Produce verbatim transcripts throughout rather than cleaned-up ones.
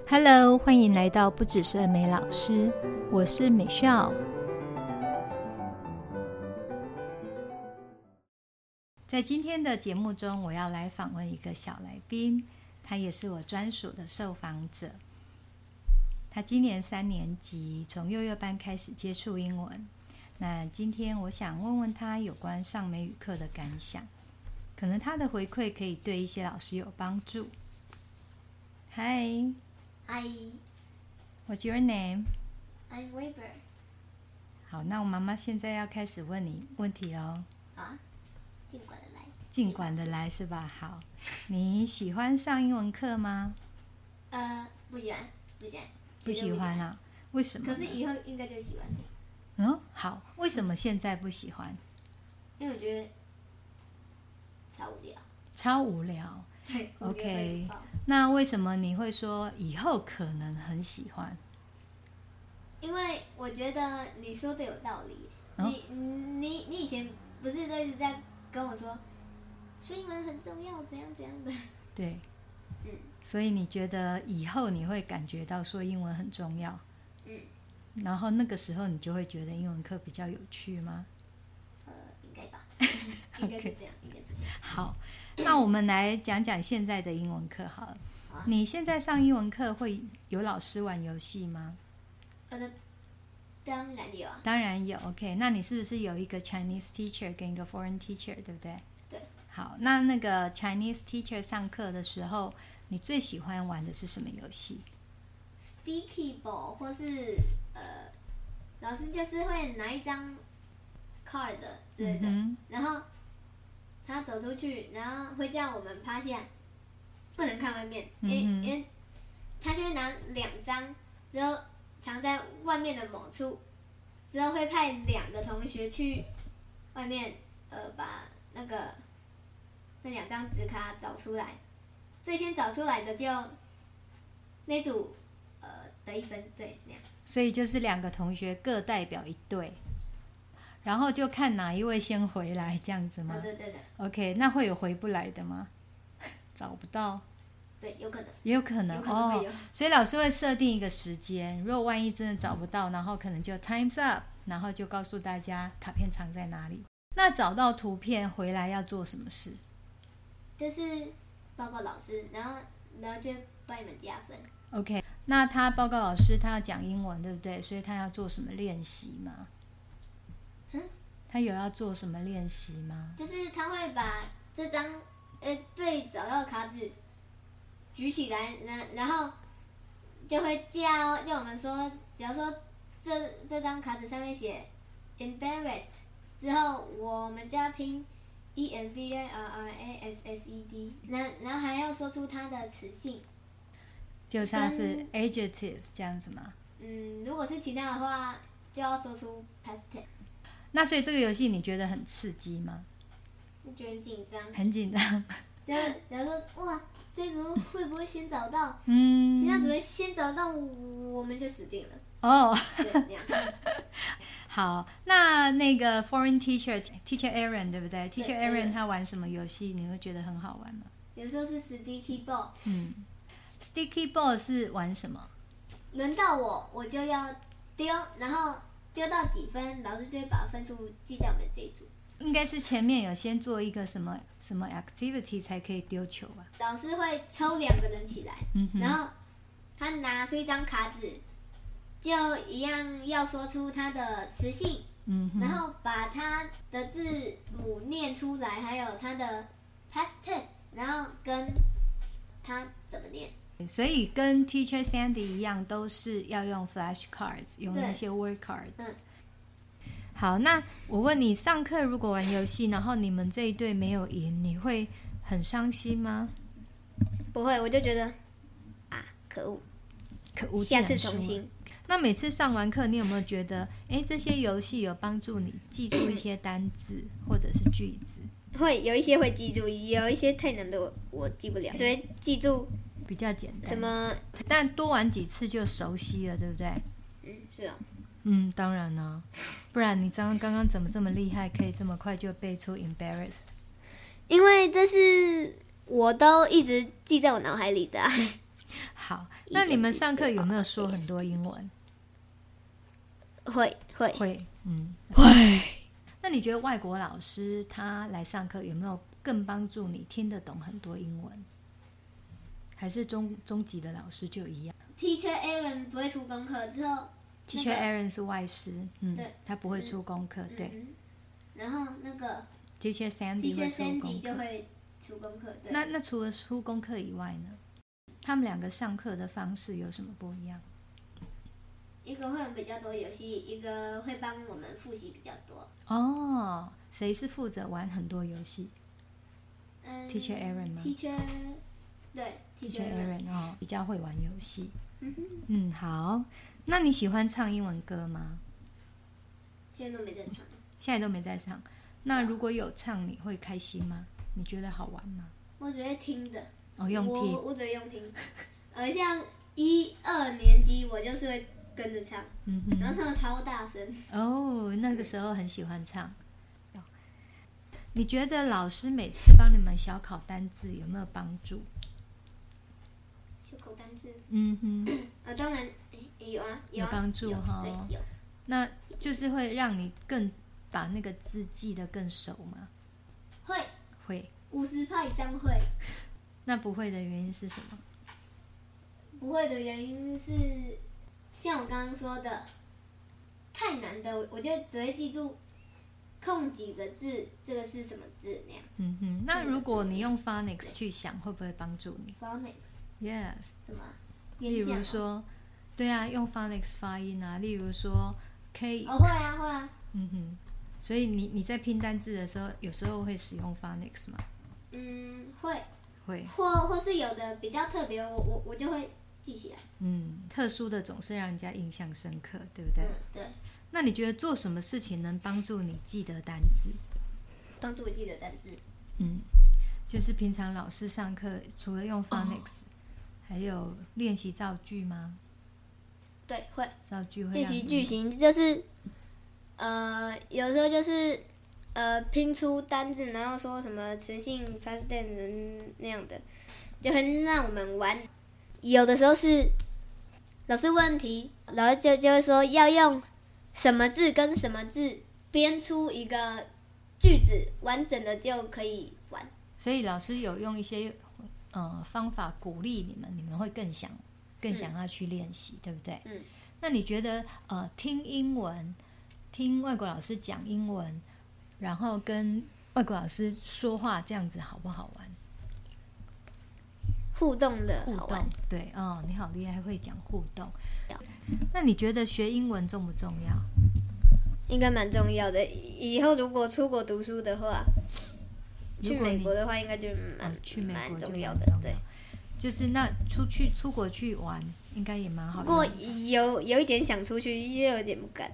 Hello， 欢迎来到不只是美老师，我是 Michelle。在今天的节目中，我要来访问一个小来宾，他也是我专属的受访者。他今年三年级，从幼幼班开始接触英文。那今天我想问问他有关上美语课的感想，可能他的回馈可以对一些老师有帮助。Hi Hi What's your name? I'm Weber。 好，那我妈妈现在要开始问你问题咯。 啊，尽管的来尽管的来是吧？好，你喜欢上英文课吗？ 呃，不喜欢，不喜欢， 不喜欢啊？为什么？ 可是以后应该就喜欢了。 嗯，好，为什么现在不喜欢？ 因为我觉得超无聊。 超无聊。 对 OK， 那为什么你会说以后可能很喜欢？ 因为我觉得你说的有道理。哦、你你你以前不是都一直在跟我说，说英文很重要，怎样怎样的。 对， 嗯， 所以你觉得以后你会感觉到说英文很重要？ 嗯， 然后那个时候你就会觉得英文课比较有趣吗？ 呃，应该吧，应该是这样，应该是这样。 好。那我们来讲讲现在的英文课好了。 啊、 你现在上英文课会有老师玩游戏吗？ 呃，当然有啊。 当然有。 OK， 那你是不是有一个 Chinese teacher 跟一个 foreign teacher， 对不对？ 对。 好，那那个 Chinese teacher 上课的时候，你最喜欢玩的是什么游戏？ Sticky ball， 或是呃，老师就是会拿一张 card 之类的，嗯、然后他走出去，然后会叫我们趴下，不能看外面，因为、嗯、因为他就会拿两张，之后藏在外面的某处，之后会派两个同学去外面，呃，把那个那两张纸卡找出来，最先找出来的就那组呃得一分，对，那样。 所以就是两个同学各代表一队。然后就看哪一位先回来，这样子吗？ 啊、对对对。 OK， 那会有回不来的吗？找不到？ 对，有可能。 也有可能， 有可能会有。 哦。所以老师会设定一个时间，如果万一真的找不到，然后可能就 time's up， 然后就告诉大家卡片藏在哪里。那找到图片回来要做什么事？ 就是报告老师，然后然后就帮你们加分。 OK， 那他报告老师，他要讲英文，对不对？所以他要做什么练习吗？ 嗯， 他有要做什么练习吗？ 就是他会把这张呃被找到的卡纸举起来，然然后就会叫叫我们说，只要说这这张卡纸上面写 embarrassed 之后，我们就要拼 e m b a r r a s s e d， 然然后还要说出它的词性， 就像是 adjective 这样子吗？ 嗯，如果是其他的话，就要说出 past tense。 那所以这个游戏你觉得很刺激吗？ 你觉得很紧张？ 很紧张。 然后然后说哇，这组会不会先找到？ 嗯， 其他组会先找到，我们就死定了。 哦， 对，那样。 好，那那个 foreign teacher teacher Aaron 对不对？ Teacher Aaron 他玩什么游戏你会觉得很好玩吗？ 有时候是 sticky ball。 嗯 ，sticky ball 是玩什么？ 轮到我，我就要丢，然后丢到几分，老师就会把分数记在我们这一组。 应该是前面有先做一个什么什么 activity 才可以丢球吧？ 老师会抽两个人起来， 嗯、 然后他拿出一张卡纸，就一样要说出他的词性， 嗯、 然后把他的字母念出来，还有他的 past tense， 然后跟他怎么念。 所以跟 Teacher Sandy 一样，都是要用 flashcards， 用那些 word cards。嗯。好，那我问你，上课如果玩游戏，然后你们这一队没有赢，你会很伤心吗？ 不会，我就觉得啊，可恶， 可恶， 下次重新。 那每次上完课，你有没有觉得，哎，这些游戏有帮助你记住一些单字或者是句子？ 会有一些会记住，有一些太难的我我记不了，就会记住比较简单。 什么？ 但多玩几次就熟悉了，对不对？ 嗯，是啊。 嗯，当然啦，不然你刚刚刚怎么这么厉害，可以这么快就背出 embarrassed？ 因为这是我都一直记在我脑海里的、啊。 好， 那你们上课有没有说很多英文？ 会会会，嗯， 会。 那你觉得外国老师他来上课有没有更帮助你听得懂很多英文？还是中中级的老师就一样 ？Teacher Aaron 不会出功课之后 ，Teacher Aaron 是外师，嗯， 对， 他不会出功课， 嗯、 对、 嗯。然后那个 Teacher Sandy 会 Teacher 出 Sandy 功课， 就会出功课。对。 那那除了出功课以外呢？他们两个上课的方式有什么不一样？ 一个会玩比较多游戏，一个会帮我们复习比较多。 哦，谁是负责玩很多游戏？ 嗯 Teacher Aaron 吗 ？Teacher 对 Teacher Aaron 哦，比较会玩游戏。 嗯哼。 嗯，好。那你喜欢唱英文歌吗？ 现在都没在唱。 现在都没在唱。那如果有唱，你会开心吗？你觉得好玩吗？ 我只会听的。 哦，用听。 我我只会用听。呃，像一二年级，我就是会跟着唱， 嗯哼， 然后唱的超大声。 哦，那个时候很喜欢唱。你觉得老师每次帮你们小考单字有没有帮助？ 小考单字， 嗯哼， 呃，当然有啊， 有帮助哈。 对，有。 那就是会让你更把那个字记得更熟吗？ 会， 会， 五十趴以上会。 那不会的原因是什么？ 不会的原因是，像我刚刚说的，太难的，我就只会记住空几个字，这个是什么字那样。 嗯哼，那如果你用 phonics 去想，会不会帮助你 ？phonics。Yes。什么？ 例如说，对啊，用 phonics 发音啊，例如说 K。 哦，会啊，会啊。 嗯哼，所以你你在拼单字的时候，有时候会使用 phonics 吗？ 嗯，会。 会。 或或是有的比较特别，我我我就会记起来。 嗯，特殊的总是让人家印象深刻，对不对？ 嗯，对。 那你觉得做什么事情能帮助你记得单字？ 帮助我记得单字。 嗯，就是平常老师上课除了用 phonics，、哦、还有练习造句吗？ 对，会。 造句会练习句型，就是呃，有时候就是呃拼出单字，然后说什么词性 past tense 那样的，就很让我们玩。有的时候是老师问题，老师就就会说要用什么字跟什么字编出一个句子，完整的就可以玩。 所以老师有用一些呃方法鼓励你们，你们会更想更想要去练习、嗯，对不对？ 嗯。 那你觉得呃听英文，听外国老师讲英文，然后跟外国老师说话，这样子好不好玩？ 互动的好玩， 互动，对，哦，你好厉害，会讲互动。那你觉得学英文重不重要？ 应该蛮重要的。以后如果出国读书的话，去美国的话，应该就蛮、哦、 去美国就蛮重要的。对， 就是那出去出国去玩，应该也蛮好的。 不过有有一点想出去，又有点不敢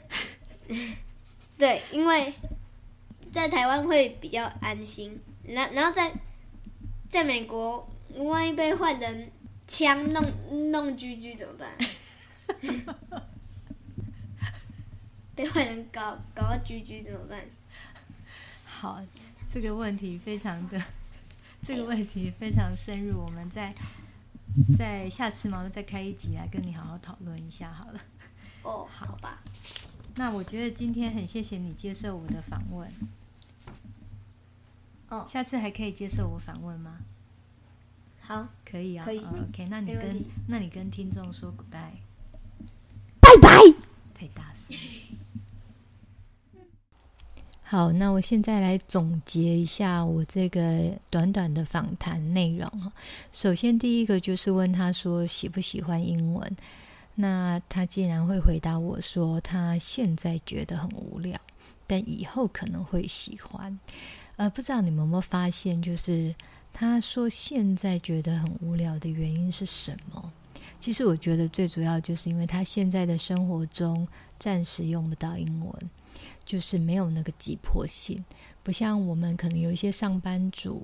对，因为在台湾会比较安心，然然后在在美国，万一被坏人枪弄弄狙狙怎么办？被坏人搞搞到狙狙怎么办？ 好，这个问题非常的，这个问题非常深入，我们再再下次嘛，再开一集来跟你好好讨论一下好了。 哦，好吧。 那我觉得今天很谢谢你接受我的访问。 哦， 下次还可以接受我访问吗？ 好， 可以啊、哦。 可以。 哦、OK， 那你跟那你跟听众说 goodbye。 拜拜。 太大声。好，那我现在来总结一下我这个短短的访谈内容。首先第一个就是问他说喜不喜欢英文，那他竟然会回答我说他现在觉得很无聊，但以后可能会喜欢。呃，不知道你们有没有发现，就是他说现在觉得很无聊的原因是什么？其实我觉得最主要就是因为他现在的生活中暂时用不到英文，就是没有那个急迫性，不像我们可能有一些上班族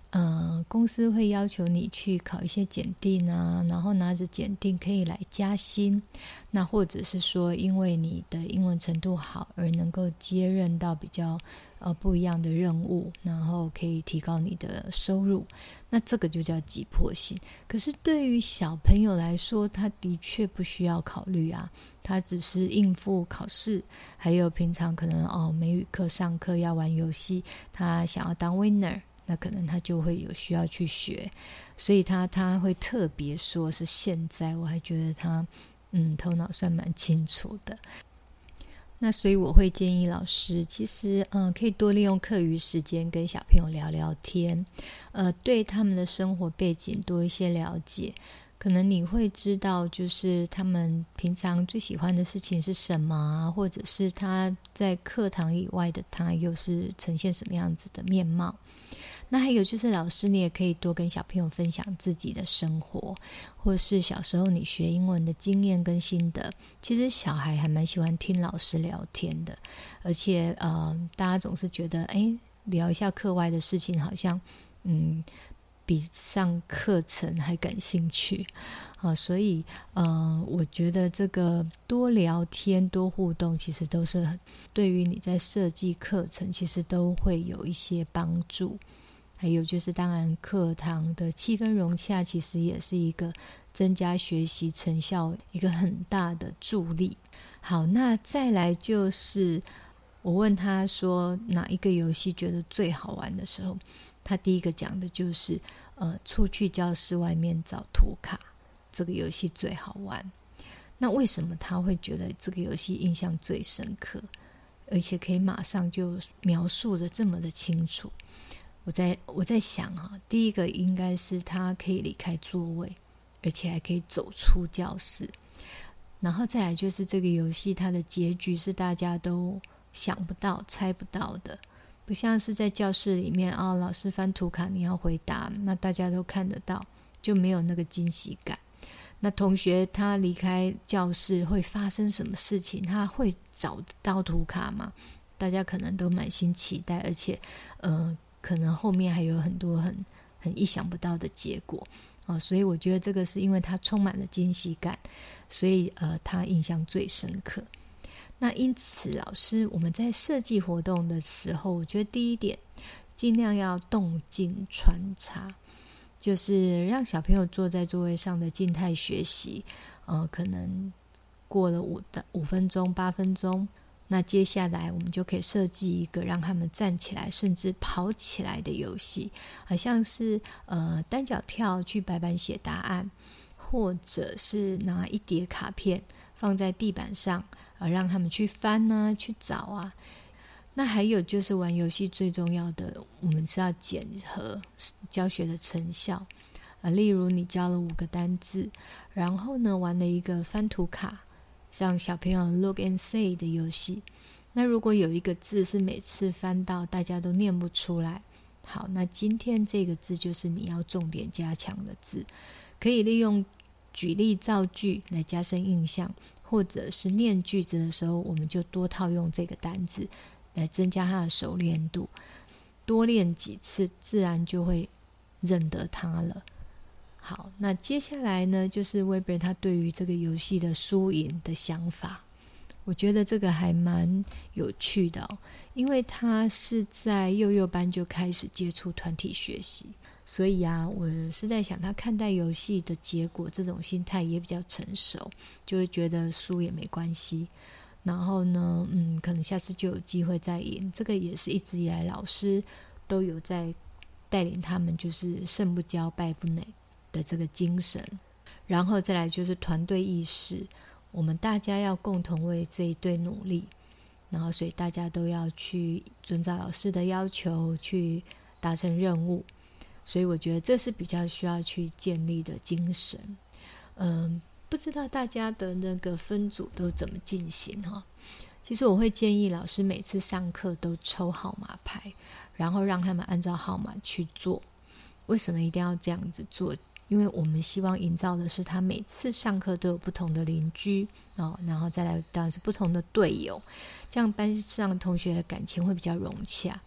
呃，公司会要求你去考一些检定啊，然后拿着检定可以来加薪，那或者是说因为你的英文程度好而能够接任到比较呃不一样的任务，然后可以提高你的收入，那这个就叫急迫性。可是对于小朋友来说，他的确不需要考虑啊，他只是应付考试，还有平常可能哦美语课上课要玩游戏，他想要当 winner，那可能他就会有需要去学，所以他他会特别说是现在，我还觉得他嗯头脑算蛮清楚的。那所以我会建议老师，其实嗯可以多利用课余时间跟小朋友聊聊天，呃对他们的生活背景多一些了解。可能你会知道就是他们平常最喜欢的事情是什么啊，或者是他在课堂以外的他又是呈现什么样子的面貌。那还有就是老师你也可以多跟小朋友分享自己的生活，或是小时候你学英文的经验跟心得。其实小孩还蛮喜欢听老师聊天的，而且呃，大家总是觉得哎，聊一下课外的事情好像嗯比上课程还感兴趣啊，所以呃，我觉得这个多聊天多互动其实都是对于你在设计课程其实都会有一些帮助。还有就是当然课堂的气氛融洽其实也是一个增加学习成效一个很大的助力。好，那再来就是我问他说哪一个游戏觉得最好玩的时候，他第一个讲的就是呃，出去教室外面找图卡，这个游戏最好玩。那为什么他会觉得这个游戏印象最深刻，而且可以马上就描述的这么的清楚？我在我在想哈、啊，第一个应该是他可以离开座位，而且还可以走出教室。然后再来就是这个游戏它的结局是大家都想不到猜不到的，不像是在教室里面哦，老师翻图卡你要回答，那大家都看得到，就没有那个惊喜感。那同学他离开教室会发生什么事情，他会找得到图卡吗？大家可能都满心期待，而且呃可能后面还有很多很很意想不到的结果、哦、所以我觉得这个是因为它充满了惊喜感，所以呃他印象最深刻。那因此老师我们在设计活动的时候，我觉得第一点尽量要动静穿插，就是让小朋友坐在座位上的静态学习，呃，可能过了五五分钟八分钟，那接下来我们就可以设计一个让他们站起来甚至跑起来的游戏，好像是呃单脚跳去白板写答案，或者是拿一叠卡片放在地板上、呃、让他们去翻啊去找啊。那还有就是玩游戏最重要的，我们是要检核教学的成效、呃、例如你教了五个单字，然后呢玩了一个翻图卡让小朋友 look and say 的游戏，那如果有一个字是每次翻到大家都念不出来，好，那今天这个字就是你要重点加强的字，可以利用举例造句来加深印象，或者是念句子的时候我们就多套用这个单字来增加他的熟练度，多练几次自然就会认得他了。好，那接下来呢就是 Weber 他对于这个游戏的输赢的想法，我觉得这个还蛮有趣的哦，因为他是在幼幼班就开始接触团体学习，所以啊我是在想他看待游戏的结果这种心态也比较成熟，就会觉得输也没关系，然后呢嗯，可能下次就有机会再赢，这个也是一直以来老师都有在带领他们，就是胜不骄败不馁的这个精神。然后再来就是团队意识，我们大家要共同为这一队努力，然后所以大家都要去遵照老师的要求去达成任务，所以我觉得这是比较需要去建立的精神。嗯，不知道大家的那个分组都怎么进行哈？其实我会建议老师每次上课都抽号码牌，然后让他们按照号码去做。为什么一定要这样子做？因为我们希望营造的是他每次上课都有不同的邻居、哦、然后再来当然是不同的队友，这样班上同学的感情会比较融洽。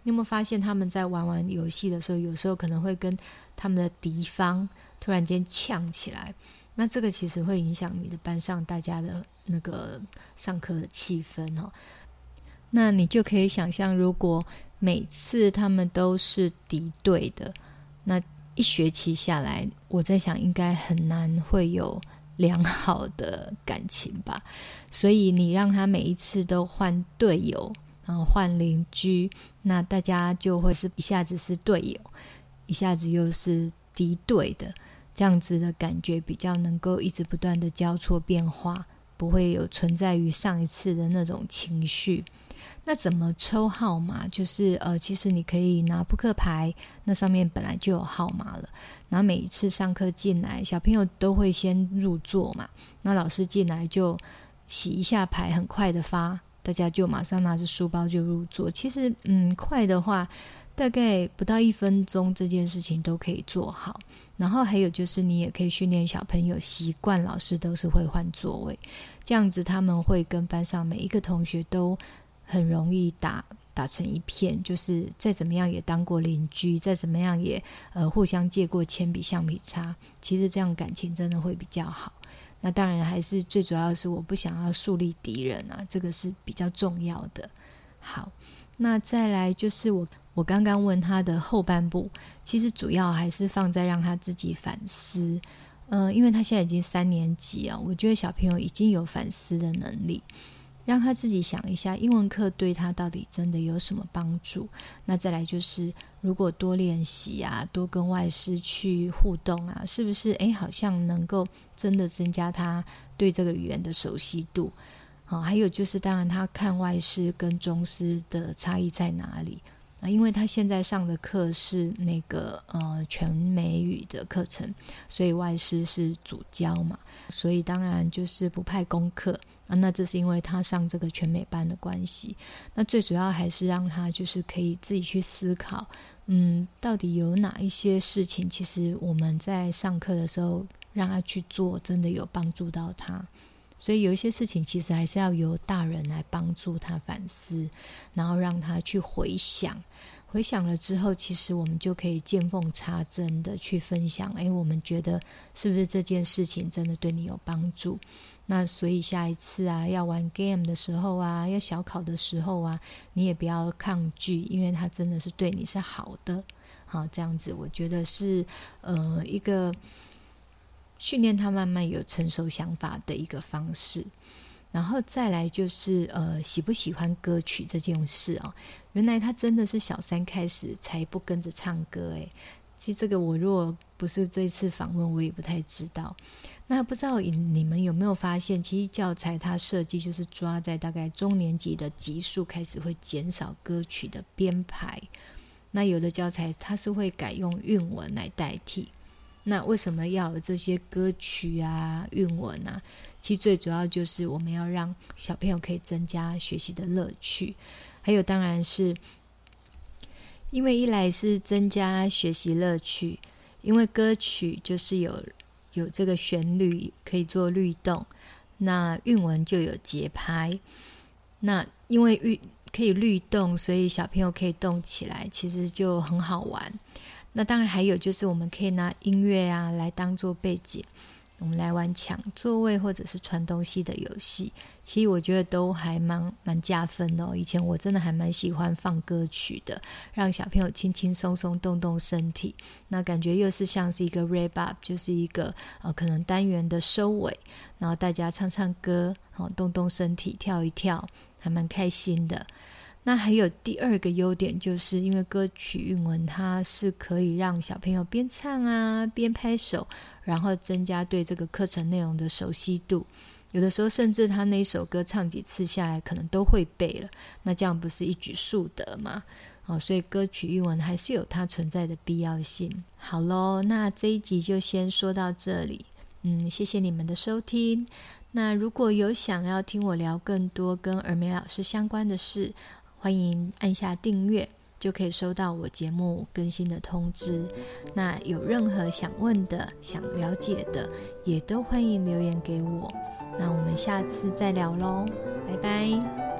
你有没有发现他们在玩玩游戏的时候，有时候可能会跟他们的敌方突然间呛起来，那这个其实会影响你的班上大家的那个上课的气氛哦。那你就可以想象，如果每次他们都是敌对的，那一学期下来，我在想应该很难会有良好的感情吧。所以你让他每一次都换队友，然后换邻居，那大家就会是一下子是队友，一下子又是敌对的，这样子的感觉比较能够一直不断的交错变化，不会有存在于上一次的那种情绪。那怎么抽号码？就是呃，其实你可以拿扑克牌，那上面本来就有号码了。然后每一次上课进来，小朋友都会先入座嘛，那老师进来就洗一下牌，很快的发，大家就马上拿着书包就入座。其实嗯，快的话大概不到一分钟，这件事情都可以做好。然后还有就是你也可以训练小朋友习惯老师都是会换座位，这样子他们会跟班上每一个同学都很容易打打成一片，就是再怎么样也当过邻居，再怎么样也呃互相借过铅笔橡皮擦，其实这样感情真的会比较好。那当然还是最主要的是我不想要树立敌人啊，这个是比较重要的。好，那再来就是我我刚刚问他的后半部，其实主要还是放在让他自己反思。呃，因为他现在已经三年级啊，我觉得小朋友已经有反思的能力，让他自己想一下英文课对他到底真的有什么帮助。那再来就是如果多练习啊，多跟外师去互动啊，是不是诶好像能够真的增加他对这个语言的熟悉度。好，还有就是当然他看外师跟中师的差异在哪里啊？因为他现在上的课是那个呃全美语的课程，所以外师是主教嘛，所以当然就是不派功课啊，那这是因为他上这个全美班的关系。那最主要还是让他就是可以自己去思考，嗯，到底有哪一些事情其实我们在上课的时候让他去做真的有帮助到他。所以有一些事情其实还是要由大人来帮助他反思，然后让他去回想，回想了之后其实我们就可以见缝插针的去分享，诶，我们觉得是不是这件事情真的对你有帮助。那所以下一次啊，要玩 game 的时候啊，要小考的时候啊，你也不要抗拒，因为它真的是对你是好的。好，这样子我觉得是呃一个训练他慢慢有成熟想法的一个方式。然后再来就是呃喜不喜欢歌曲这件事哦，原来他真的是小三开始才不跟着唱歌诶。其实这个我如果不是这次访问我也不太知道。那不知道你们有没有发现，其实教材它设计就是抓在大概中年级的级数开始会减少歌曲的编排，那有的教材它是会改用韵文来代替。那为什么要有这些歌曲啊韵文啊？其实最主要就是我们要让小朋友可以增加学习的乐趣，还有当然是因为一来是增加学习乐趣，因为歌曲就是有有这个旋律可以做律动，那韵文就有节拍，那因为可以律动，所以小朋友可以动起来，其实就很好玩。那当然还有就是我们可以拿音乐啊来当做背景，我们来玩抢座位或者是传东西的游戏，其实我觉得都还蛮蛮加分的哦。以前我真的还蛮喜欢放歌曲的，让小朋友轻轻松松动动身体，那感觉又是像是一个 wrap up， 就是一个呃可能单元的收尾，然后大家唱唱歌，哦，动动身体，跳一跳，还蛮开心的。那还有第二个优点，就是因为歌曲韵文它是可以让小朋友边唱啊边拍手，然后增加对这个课程内容的熟悉度，有的时候甚至他那一首歌唱几次下来可能都会背了，那这样不是一举数得吗？哦，所以歌曲韵文还是有它存在的必要性。好咯，那这一集就先说到这里，嗯，谢谢你们的收听。那如果有想要听我聊更多跟尔美老师相关的事，欢迎按下订阅，就可以收到我节目更新的通知。那有任何想问的想了解的也都欢迎留言给我。那我们下次再聊咯，拜拜。